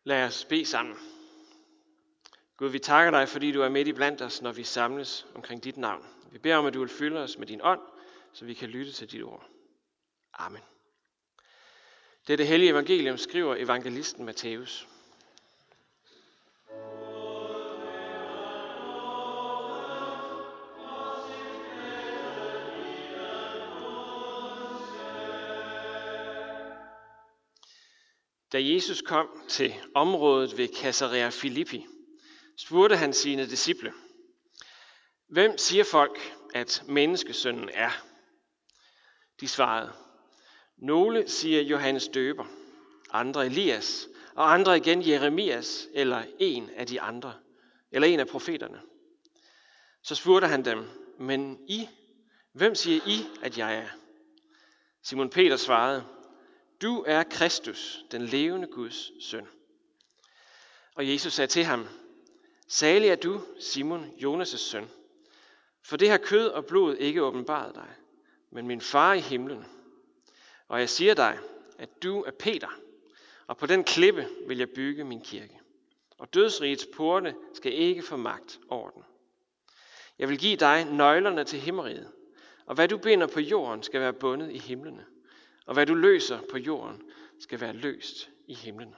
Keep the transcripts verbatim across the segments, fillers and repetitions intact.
Lad os bede sammen. Gud, vi takker dig, fordi du er midt i blandt os, når vi samles omkring dit navn. Vi beder om, at du vil fylde os med din ånd, så vi kan lytte til dit ord. Amen. Dette hellige evangelium skriver evangelisten Matthæus. Da Jesus kom til området ved Caesarea Philippi, spurgte han sine disciple: Hvem siger folk, at menneskesønnen er? De svarede: Nogle siger Johannes Døber, andre Elias, og andre igen Jeremias eller en af de andre, eller en af profeterne. Så spurgte han dem: Men I, hvem siger I, at jeg er? Simon Peter svarede: Du er Kristus, den levende Guds søn. Og Jesus sagde til ham: Salig er du, Simon, Jonas' søn, for det har kød og blod ikke åbenbaret dig, men min far i himlen. Og jeg siger dig, at du er Peter, og på den klippe vil jeg bygge min kirke. Og dødsrigets porte skal ikke få magt over den. Jeg vil give dig nøglerne til himmeriget, og hvad du binder på jorden skal være bundet i himlene, og hvad du løser på jorden skal være løst i himlen.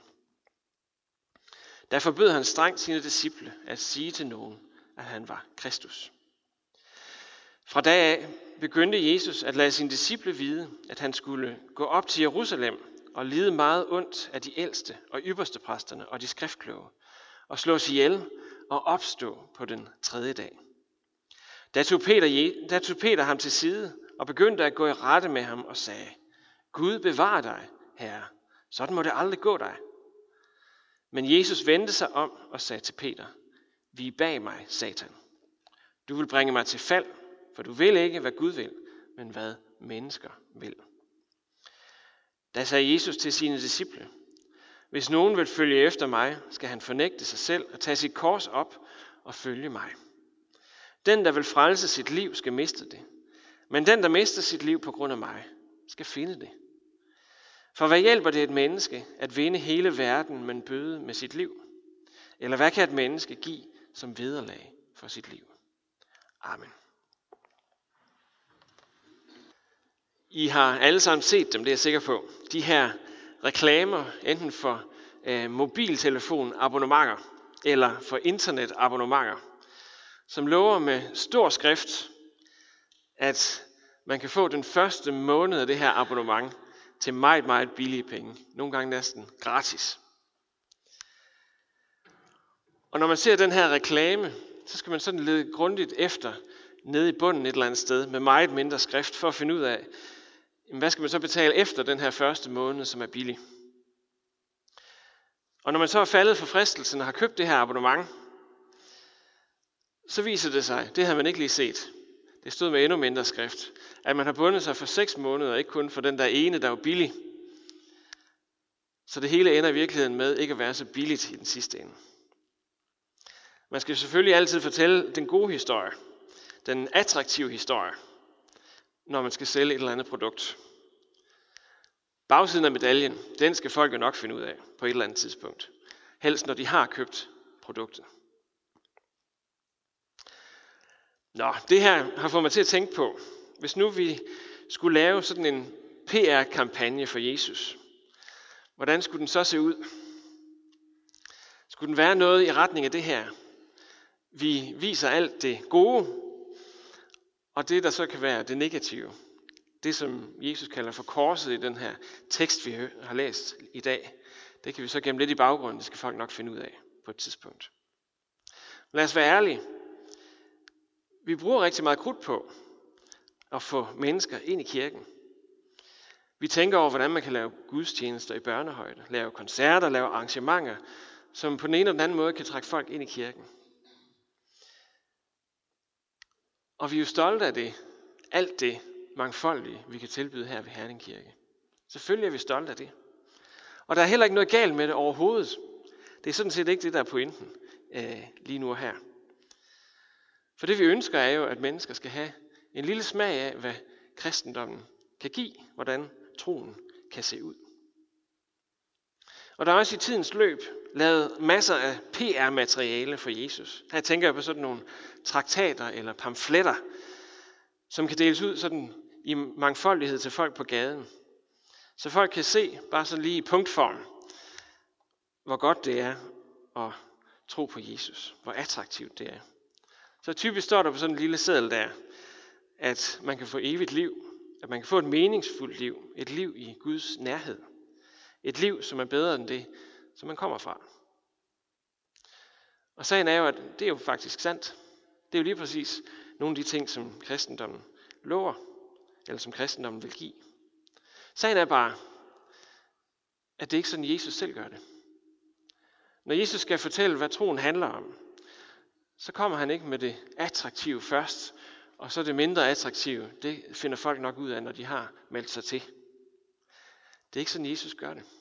Der forbød han strengt sine disciple at sige til nogen, at han var Kristus. Fra da af begyndte Jesus at lade sine disciple vide, at han skulle gå op til Jerusalem og lide meget ondt af de ældste og ypperste præsterne og de skriftkloge, og slås ihjel og opstå på den tredje dag. Da tog Peter, da tog Peter ham til side og begyndte at gå i rette med ham og sagde: Gud bevare dig, Herre, sådan må det aldrig gå dig. Men Jesus vendte sig om og sagde til Peter: Vig bag mig, Satan. Du vil bringe mig til fald, for du vil ikke, hvad Gud vil, men hvad mennesker vil. Da sagde Jesus til sine disciple: Hvis nogen vil følge efter mig, skal han fornægte sig selv og tage sit kors op og følge mig. Den, der vil frelse sit liv, skal miste det. Men den, der mister sit liv på grund af mig, skal finde det. For hvad hjælper det et menneske at vinde hele verden, men bøde med sit liv? Eller hvad kan et menneske give som vederlag for sit liv? Amen. I har alle sammen set dem, det er jeg sikker på. De her reklamer, enten for øh, mobiltelefonabonnementer eller for internetabonnementer, som lover med stor skrift, at man kan få den første måned af det her abonnement til meget, meget billige penge. Nogle gange næsten gratis. Og når man ser den her reklame, så skal man sådan lede grundigt efter nede i bunden et eller andet sted med meget mindre skrift for at finde ud af, hvad skal man så betale efter den her første måned, som er billig. Og når man så er faldet for fristelsen og har købt det her abonnement, så viser det sig, det havde man ikke lige set, det stod med endnu mindre skrift, at man har bundet sig for seks måneder, ikke kun for den der ene, der var billig. Så det hele ender i virkeligheden med ikke at være så billigt i den sidste ende. Man skal selvfølgelig altid fortælle den gode historie, den attraktive historie, når man skal sælge et eller andet produkt. Bagsiden af medaljen, den skal folk jo nok finde ud af på et eller andet tidspunkt. Helst når de har købt produktet. Nå, det her har fået mig til at tænke på, hvis nu vi skulle lave sådan en P R-kampagne for Jesus, hvordan skulle den så se ud? Skulle den være noget i retning af det her? Vi viser alt det gode, og det der så kan være det negative. Det som Jesus kalder for korset i den her tekst, vi har læst i dag, det kan vi så gemme lidt i baggrunden, det skal folk nok finde ud af på et tidspunkt. Lad os være ærlige. Vi bruger rigtig meget krudt på at få mennesker ind i kirken. Vi tænker over, hvordan man kan lave gudstjenester i børnehøjde, lave koncerter, lave arrangementer, som på den ene eller den anden måde kan trække folk ind i kirken. Og vi er jo stolte af det, alt det mangfoldige, vi kan tilbyde her ved Herning Kirke. Selvfølgelig er vi stolte af det. Og der er heller ikke noget galt med det overhovedet. Det er sådan set ikke det, der er pointen øh, lige nu og her. For det vi ønsker er jo, at mennesker skal have en lille smag af, hvad kristendommen kan give, hvordan troen kan se ud. Og der er også i tidens løb lavet masser af P R-materiale for Jesus. Her tænker jeg på sådan nogle traktater eller pamfletter, som kan deles ud sådan i mangfoldighed til folk på gaden. Så folk kan se, bare sådan lige i punktform, hvor godt det er at tro på Jesus. Hvor attraktivt det er. Så typisk står der på sådan en lille seddel der, at man kan få evigt liv. At man kan få et meningsfuldt liv. Et liv i Guds nærhed. Et liv, som er bedre end det, som man kommer fra. Og sagen er jo, at det er jo faktisk sandt. Det er jo lige præcis nogle af de ting, som kristendommen lover, eller som kristendommen vil give. Sagen er bare, at det ikke er sådan, Jesus selv gør det. Når Jesus skal fortælle, hvad troen handler om, så kommer han ikke med det attraktive først, og så det mindre attraktive, det finder folk nok ud af, når de har meldt sig til. Det er ikke sådan, Jesus gør det.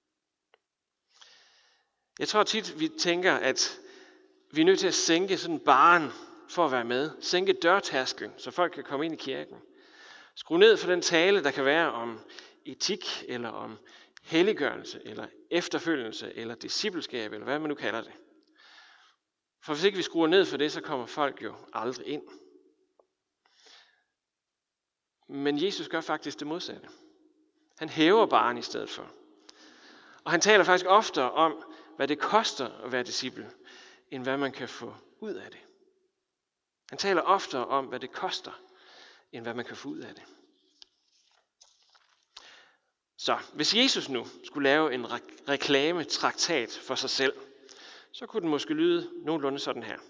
Jeg tror tit, vi tænker, at vi er nødt til at sænke sådan barren for at være med. Sænke dørtærsklen, så folk kan komme ind i kirken. Skru ned for den tale, der kan være om etik, eller om helliggørelse, eller efterfølgelse, eller discipleskab, eller hvad man nu kalder det. For hvis ikke vi skruer ned for det, så kommer folk jo aldrig ind. Men Jesus gør faktisk det modsatte. Han hæver barren i stedet for. Og han taler faktisk oftere om, hvad det koster at være disciple, end hvad man kan få ud af det. Han taler oftere om, hvad det koster, end hvad man kan få ud af det. Så hvis Jesus nu skulle lave en re- reklametraktat for sig selv, så kunne den måske lyde nogenlunde sådan her.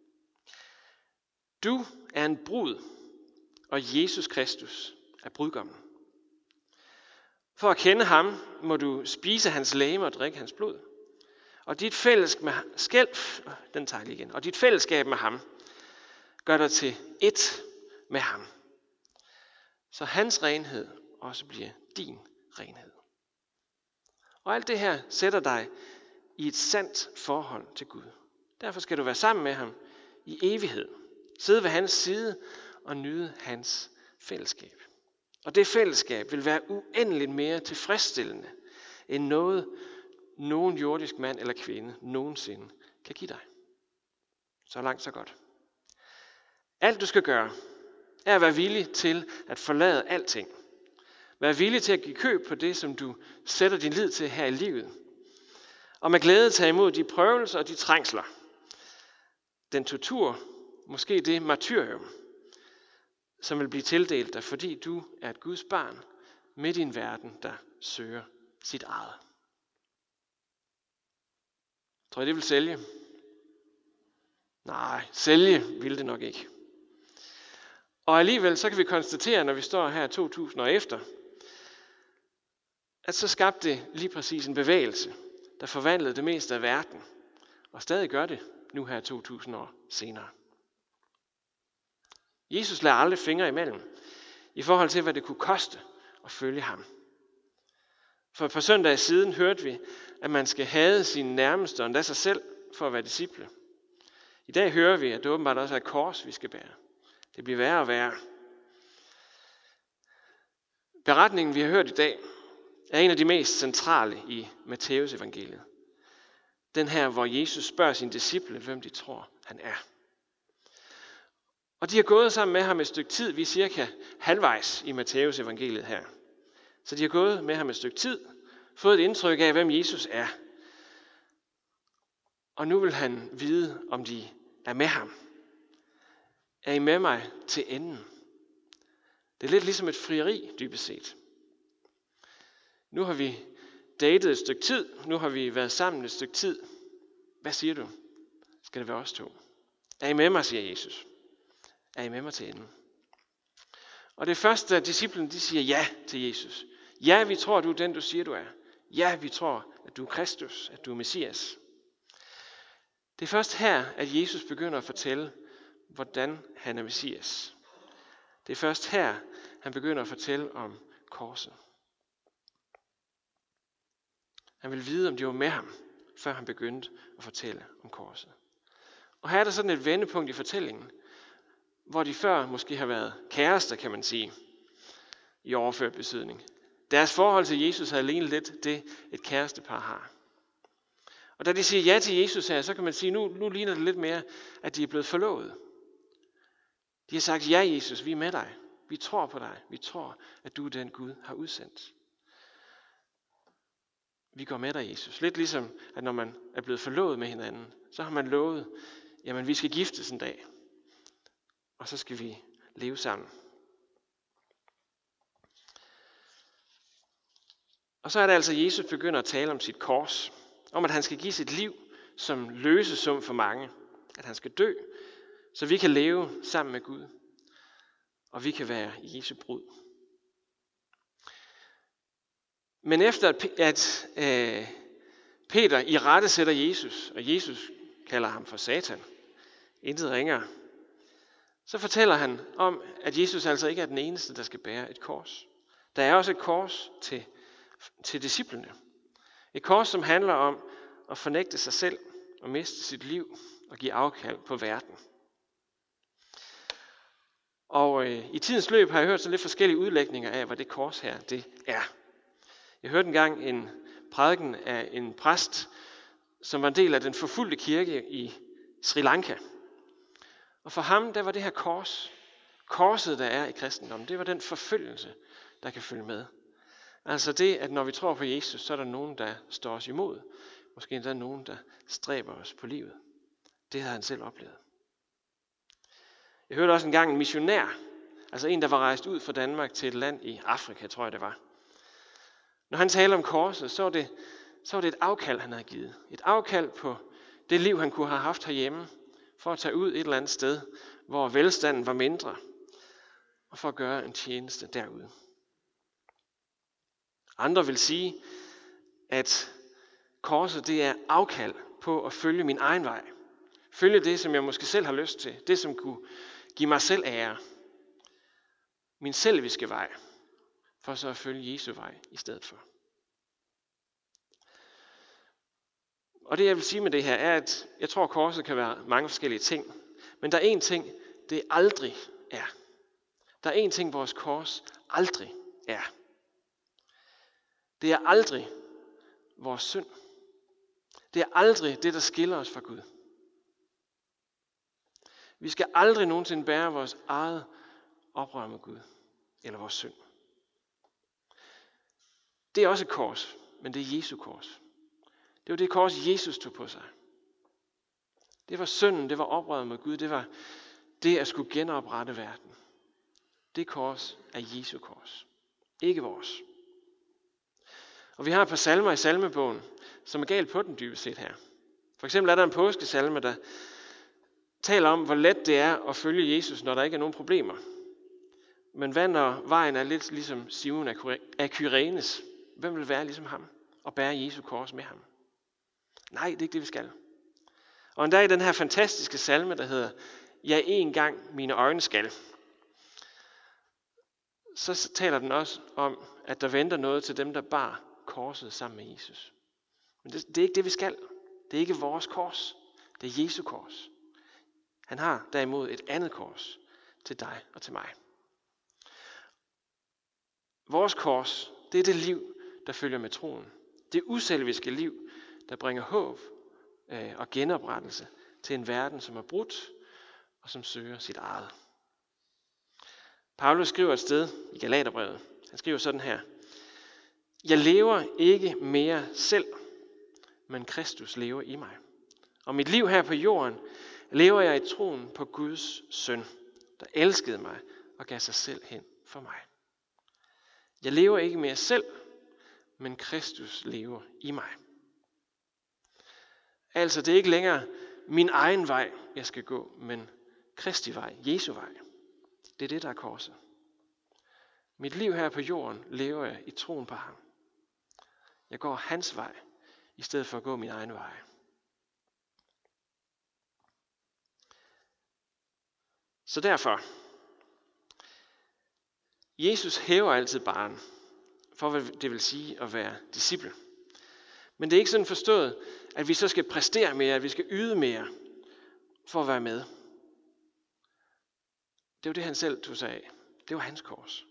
Du er en brud, og Jesus Kristus er brudgommen. For at kende ham, må du spise hans legeme og drikke hans blod. Og dit fællesskab med skælp, den tager jeg igen. Og dit fællesskab med ham gør dig til ét med ham. Så hans renhed også bliver din renhed. Og alt det her sætter dig i et sandt forhold til Gud. Derfor skal du være sammen med ham i evighed. Sidde ved hans side og nyde hans fællesskab. Og det fællesskab vil være uendeligt mere tilfredsstillende end noget, nogen jordisk mand eller kvinde nogensinde kan give dig. Så langt, så godt. Alt du skal gøre, er at være villig til at forlade alting. Vær villig til at give køb på det, som du sætter din lid til her i livet. Og med glæde tage imod de prøvelser og de trængsler. Den tortur, måske det martyrium, som vil blive tildelt dig, fordi du er et Guds barn midt i en verden, der søger sit eget. Tror I, det vil sælge? Nej, sælge vil det nok ikke. Og alligevel så kan vi konstatere, når vi står her to tusind år efter, at så skabte det lige præcis en bevægelse, der forvandlede det meste af verden, og stadig gør det nu her to tusind år senere. Jesus lader aldrig fingre imellem, i forhold til, hvad det kunne koste at følge ham. For et par søndage siden hørte vi, at man skal hade sine nærmeste og endda sig selv for at være disciple. I dag hører vi, at det åbenbart også er et kors, vi skal bære. Det bliver værre og værre. Beretningen, vi har hørt i dag, er en af de mest centrale i Matteus evangeliet. Den her, hvor Jesus spørger sine disciple, hvem de tror, han er. Og de har gået sammen med ham et stykke tid, vi er cirka halvvejs i Matteus evangeliet her. Så de har gået med ham et stykke tid, fået et indtryk af, hvem Jesus er. Og nu vil han vide, om de er med ham. Er I med mig til enden? Det er lidt ligesom et frieri, dybest set. Nu har vi datet et stykke tid. Nu har vi været sammen et stykke tid. Hvad siger du? Skal det være os to? Er I med mig, siger Jesus. Er I med mig til enden? Og det første, at disciplen de siger ja til Jesus. Ja, vi tror, du er den, du siger, du er. Ja, vi tror, at du er Kristus, at du er Messias. Det er først her, at Jesus begynder at fortælle, hvordan han er Messias. Det er først her, han begynder at fortælle om korset. Han vil vide, om de var med ham, før han begyndte at fortælle om korset. Og her er der sådan et vendepunkt i fortællingen, hvor de før måske har været kærester, kan man sige, i overført betydning. Deres forhold til Jesus havde lignet lidt det, et kærestepar har. Og da de siger ja til Jesus her, så kan man sige, nu, nu ligner det lidt mere, at de er blevet forlovet. De har sagt, ja Jesus, vi er med dig. Vi tror på dig. Vi tror, at du er den Gud har udsendt. Vi går med dig, Jesus. Lidt ligesom, at når man er blevet forlovet med hinanden, så har man lovet, jamen vi skal giftes en dag. Og så skal vi leve sammen. Og så er det altså, at Jesus begynder at tale om sit kors. Om at han skal give sit liv som løsesum for mange. At han skal dø, så vi kan leve sammen med Gud. Og vi kan være Jesu brud. Men efter at, at øh, Peter i rette sætter Jesus, og Jesus kalder ham for Satan, intet ringere, så fortæller han om, at Jesus altså ikke er den eneste, der skal bære et kors. Der er også et kors til, til disciplene. Et kors, som handler om at fornægte sig selv og miste sit liv og give afkald på verden. Og øh, i tidens løb har jeg hørt så lidt forskellige udlægninger af, hvad det kors her det er. Jeg hørte engang en prædiken af en præst, som var en del af den forfulgte kirke i Sri Lanka. Og for ham, der var det her kors, korset der er i kristendommen, det var den forfølgelse, der kan følge med. Altså det, at når vi tror på Jesus, så er der nogen, der står os imod. Måske endda nogen, der stræber os på livet. Det havde han selv oplevet. Jeg hørte også engang en missionær, altså en, der var rejst ud fra Danmark til et land i Afrika, tror jeg det var. Når han taler om korset, så var det, så var det et afkald, han havde givet. Et afkald på det liv, han kunne have haft herhjemme, for at tage ud et eller andet sted, hvor velstanden var mindre, og for at gøre en tjeneste derude. Andre vil sige, at korset det er afkald på at følge min egen vej. Følge det, som jeg måske selv har lyst til. Det, som kunne give mig selv ære. Min selviske vej. For så at følge Jesu vej i stedet for. Og det jeg vil sige med det her er, at jeg tror, at korset kan være mange forskellige ting. Men der er én ting, det aldrig er. Der er én ting, vores kors aldrig er. Det er aldrig vores synd. Det er aldrig det, der skiller os fra Gud. Vi skal aldrig nogensinde bære vores eget oprør med Gud, eller vores synd. Det er også et kors, men det er Jesu kors. Det var det kors, Jesus tog på sig. Det var synden, det var oprøret med Gud, det var det at skulle genoprette verden. Det kors er Jesu kors, ikke vores. Og vi har et par salmer i salmebogen, som er galt på den dybest set her. For eksempel er der en påskesalme, der taler om, hvor let det er at følge Jesus, når der ikke er nogen problemer. Men hvad når vejen er lidt ligesom Simon af Kyrenes? Hvem vil være ligesom ham og bære Jesu kors med ham? Nej, det er ikke det, vi skal. Og endda i den her fantastiske salme, der hedder, ja, en gang mine øjne skal, så taler den også om, at der venter noget til dem, der bar korset sammen med Jesus. Men det, det er ikke det, vi skal. Det er ikke vores kors. Det er Jesu kors. Han har derimod et andet kors til dig og til mig. Vores kors, det er det liv, der følger med troen. Det uselviske liv, der bringer håb øh, og genoprettelse til en verden, som er brudt og som søger sit eget. Paulus skriver et sted i Galaterbrevet. Han skriver sådan her. Jeg lever ikke mere selv, men Kristus lever i mig. Og mit liv her på jorden lever jeg i troen på Guds søn, der elskede mig og gav sig selv hen for mig. Jeg lever ikke mere selv, men Kristus lever i mig. Altså, det er ikke længere min egen vej, jeg skal gå, men Kristi vej, Jesu vej. Det er det, der er korset. Mit liv her på jorden lever jeg i troen på ham. Jeg går hans vej, i stedet for at gå min egen vej. Så derfor, Jesus hæver altid barren, for hvad det vil sige at være disciple. Men det er ikke sådan forstået, at vi så skal præstere mere, at vi skal yde mere, for at være med. Det var det, han selv tog sig af. Det var hans kors.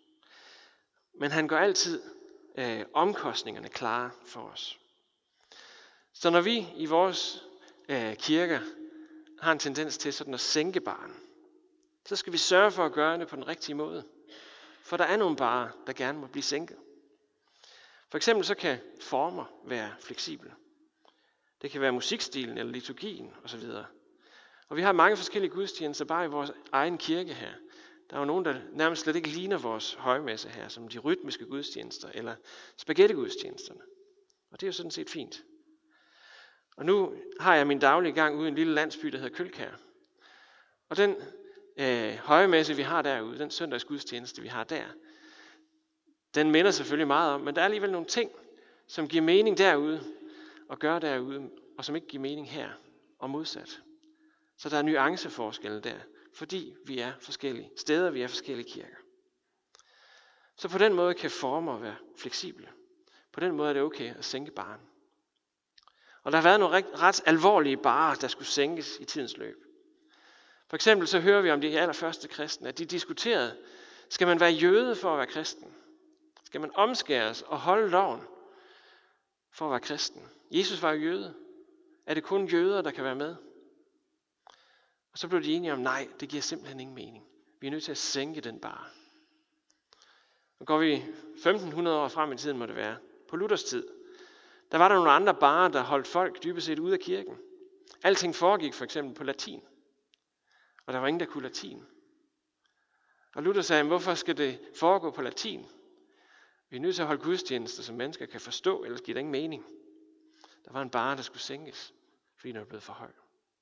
Men han gør altid øh, omkostningerne klare for os. Så når vi i vores øh, kirker har en tendens til sådan at sænke barren, så skal vi sørge for at gøre det på den rigtige måde. For der er nogle barrer, der gerne må blive sænket. For eksempel så kan former være fleksible. Det kan være musikstilen eller liturgien osv. Og vi har mange forskellige gudstjenester bare i vores egen kirke her. Der er jo nogen, der nærmest slet ikke ligner vores højmesse her, som de rytmiske gudstjenester eller spaghettigudstjenesterne. Og det er jo sådan set fint. Og nu har jeg min daglige gang ude i en lille landsby, der hedder Kølkær. Og den øh, højmesse, vi har derude, den søndagsgudstjeneste, vi har der, den minder selvfølgelig meget om, men der er alligevel nogle ting, som giver mening derude, og gør derude, og som ikke giver mening her, og modsat. Så der er nuanceforskelle der, fordi vi er forskellige steder, vi er forskellige kirker. Så på den måde kan former være fleksible. På den måde er det okay at sænke barren. Og der har været nogle ret, ret alvorlige barrer, der skulle sænkes i tidens løb. For eksempel så hører vi om de allerførste kristne, at de diskuterede, skal man være jøde for at være kristen? Skal man omskæres og holde loven for at være kristen? Jesus var jo jøde. Er det kun jøder, der kan være med? Og så blev de enige om, nej, det giver simpelthen ingen mening. Vi er nødt til at sænke den barre. Nu går vi femten hundrede år frem i tiden, må det være. På Luthers tid, der var der nogle andre barrer, der holdt folk dybest set ude af kirken. Alting foregik for eksempel på latin. Og der var ingen, der kunne latin. Og Luther sagde, hvorfor skal det foregå på latin? Vi er nødt til at holde gudstjenester, som mennesker kan forstå, ellers giver det ingen mening. Der var en barre, der skulle sænkes, fordi den var blevet for høj.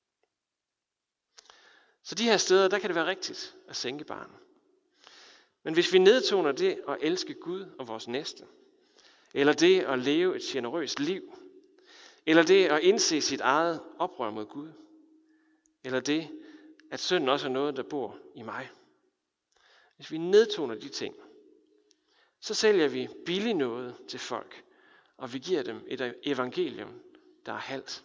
Så de her steder, der kan det være rigtigt at sænke barren. Men hvis vi nedtoner det at elske Gud og vores næste, eller det at leve et generøst liv, eller det at indse sit eget oprør mod Gud, eller det, at synden også er noget, der bor i mig. Hvis vi nedtoner de ting, så sælger vi billig noget til folk, og vi giver dem et evangelium, der er halvt.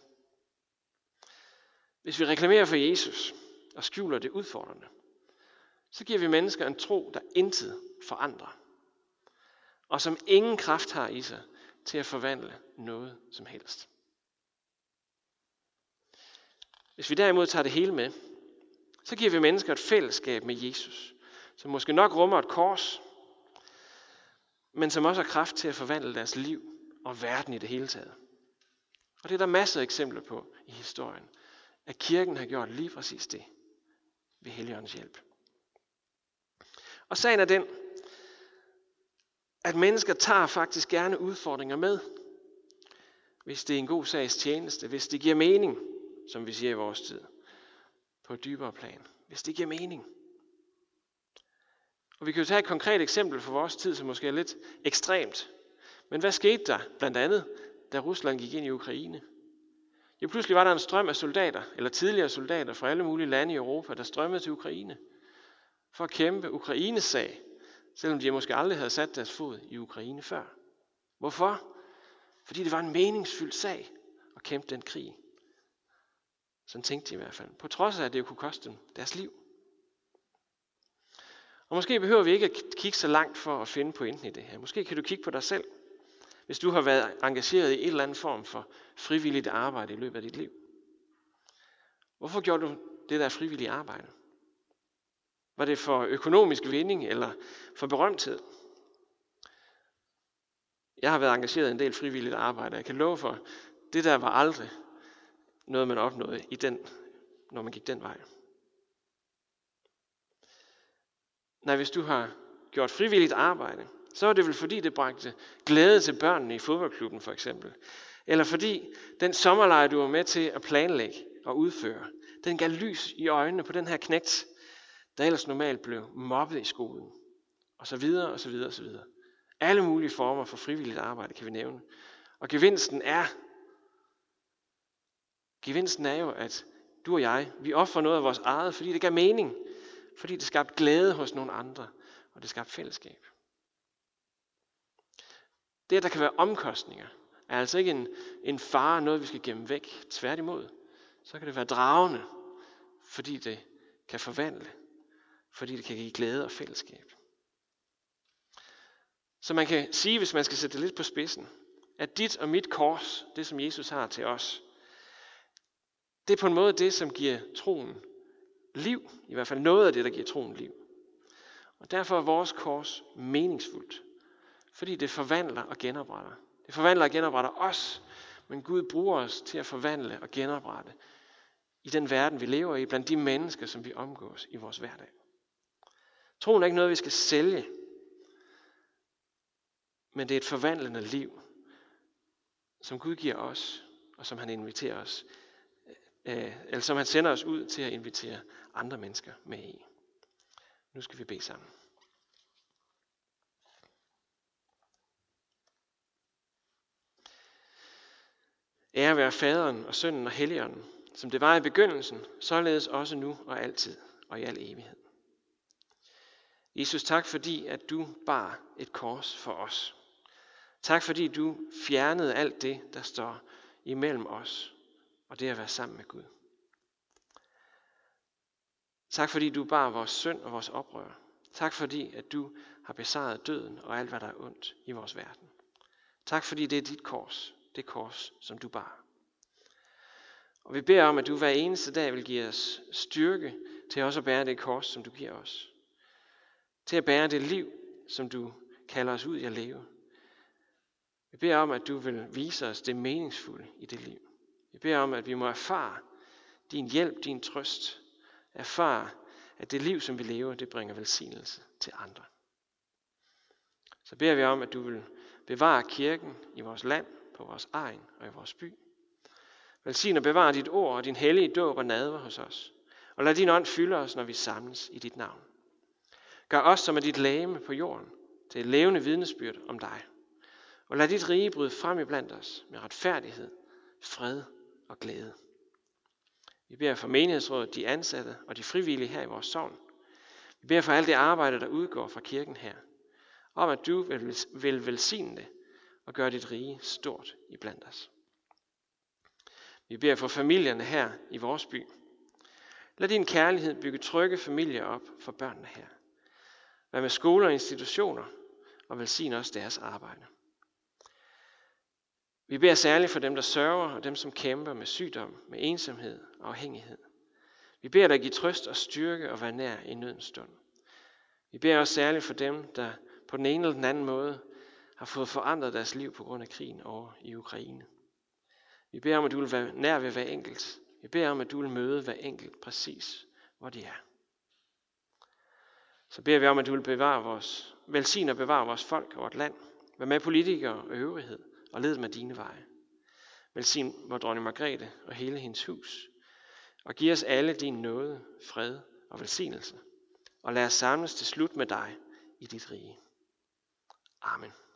Hvis vi reklamerer for Jesus og skjuler det udfordrende, så giver vi mennesker en tro, der intet forandrer, og som ingen kraft har i sig til at forvandle noget som helst. Hvis vi derimod tager det hele med, så giver vi mennesker et fællesskab med Jesus, som måske nok rummer et kors, men som også har kraft til at forvandle deres liv og verden i det hele taget. Og det er der masser af eksempler på i historien, at kirken har gjort lige præcis det ved Helligåndens hjælp. Og sagen er den, at mennesker tager faktisk gerne udfordringer med, hvis det er en god sags tjeneste, hvis det giver mening, som vi siger i vores tid, på et dybere plan. Hvis det giver mening. Og vi kan jo tage et konkret eksempel fra vores tid, som måske er lidt ekstremt. Men hvad skete der blandt andet, da Rusland gik ind i Ukraine? Jo, pludselig var der en strøm af soldater, eller tidligere soldater fra alle mulige lande i Europa, der strømmede til Ukraine for at kæmpe Ukraines sag, selvom de måske aldrig havde sat deres fod i Ukraine før. Hvorfor? Fordi det var en meningsfyldt sag at kæmpe den krig. Sådan tænkte de i hvert fald. På trods af, at det jo kunne koste dem deres liv. Og måske behøver vi ikke at kigge så langt for at finde pointen i det her. Måske kan du kigge på dig selv, hvis du har været engageret i en eller anden form for frivilligt arbejde i løbet af dit liv. Hvorfor gjorde du det der frivillige arbejde? Var det for økonomisk vinding eller for berømthed? Jeg har været engageret i en del frivilligt arbejde. Jeg kan love for, det der var aldrig noget, man opnåede i den, når man gik den vej. Nej, hvis du har gjort frivilligt arbejde, så er det vel fordi, det bragte glæde til børnene i fodboldklubben for eksempel. Eller fordi den sommerlejr, du var med til at planlægge og udføre, den gav lys i øjnene på den her knægt, der ellers normalt blev mobbet i skolen. Og så videre, og så videre, og så videre. Alle mulige former for frivilligt arbejde kan vi nævne. Og gevinsten er, gevinsten er jo, at du og jeg, vi offrer noget af vores eget, fordi det gav mening. Fordi det skabte glæde hos nogle andre, og det skabte fællesskab. Det, at der kan være omkostninger, er altså ikke en, en fare, noget vi skal gemme væk. Tværtimod, så kan det være dragende, fordi det kan forvandle, fordi det kan give glæde og fællesskab. Så man kan sige, hvis man skal sætte det lidt på spidsen, at dit og mit kors, det som Jesus har til os, det er på en måde det, som giver troen liv. I hvert fald noget af det, der giver troen liv. Og derfor er vores kors meningsfuldt. Fordi det forvandler og genopretter. Det forvandler og genopretter os, men Gud bruger os til at forvandle og genoprette i den verden, vi lever i, blandt de mennesker, som vi omgås i vores hverdag. Troen er ikke noget, vi skal sælge, men det er et forvandlende liv, som Gud giver os, og som han inviterer os, eller som han sender os ud til at invitere andre mennesker med i. Nu skal vi bede sammen. Ære være Faderen og Sønnen og Helligånden, som det var i begyndelsen, således også nu og altid og i al evighed. Jesus, tak fordi, at du bar et kors for os. Tak fordi du fjernede alt det, der står imellem os, og det at være sammen med Gud. Tak fordi du bar vores synd og vores oprør. Tak fordi, at du har besejret døden og alt, hvad der er ondt i vores verden. Tak fordi det er dit kors, det kors, som du bar. Og vi beder om, at du hver eneste dag vil give os styrke til også at bære det kors, som du giver os. Til at bære det liv, som du kalder os ud i at leve. Vi beder om, at du vil vise os det meningsfulde i det liv. Vi beder om, at vi må erfare din hjælp, din trøst. Erfare, at det liv, som vi lever, det bringer velsignelse til andre. Så beder vi om, at du vil bevare kirken i vores land, på vores egen og i vores by. Velsign og bevare dit ord og din hellige dåb og nadver hos os. Og lad din ånd fylde os, når vi samles i dit navn. Gør os, som er dit legeme på jorden, til et levende vidnesbyrd om dig. Og lad dit rige bryde frem iblandt os med retfærdighed, fred og glæde. Vi beder for menighedsrådet, de ansatte og de frivillige her i vores sogn. Vi beder for alt det arbejde, der udgår fra kirken her. Om at du vil velsigne det og gøre dit rige stort iblandt os. Vi beder for familierne her i vores by. Lad din kærlighed bygge trygge familier op for børnene her. Vær med skoler og institutioner og velsigne også deres arbejde. Vi beder særligt for dem, der sørger og dem, som kæmper med sygdom, med ensomhed og afhængighed. Vi beder dig give trøst og styrke og være nær i nødens stund. Vi beder også særligt for dem, der på den ene eller den anden måde har fået forandret deres liv på grund af krigen over i Ukraine. Vi beder om, at du vil være nær ved hver enkelt. Vi beder om, at du vil møde hver enkelt præcis, hvor de er. Så beder vi om, at du vil bevare vores, velsigne og bevare vores folk og vort land. Vær med politikere og øvrighed og led med dine veje. Velsign vor dronning Margrethe og hele hendes hus. Og giv os alle din nåde, fred og velsignelse. Og lad os samles til slut med dig i dit rige. Amen.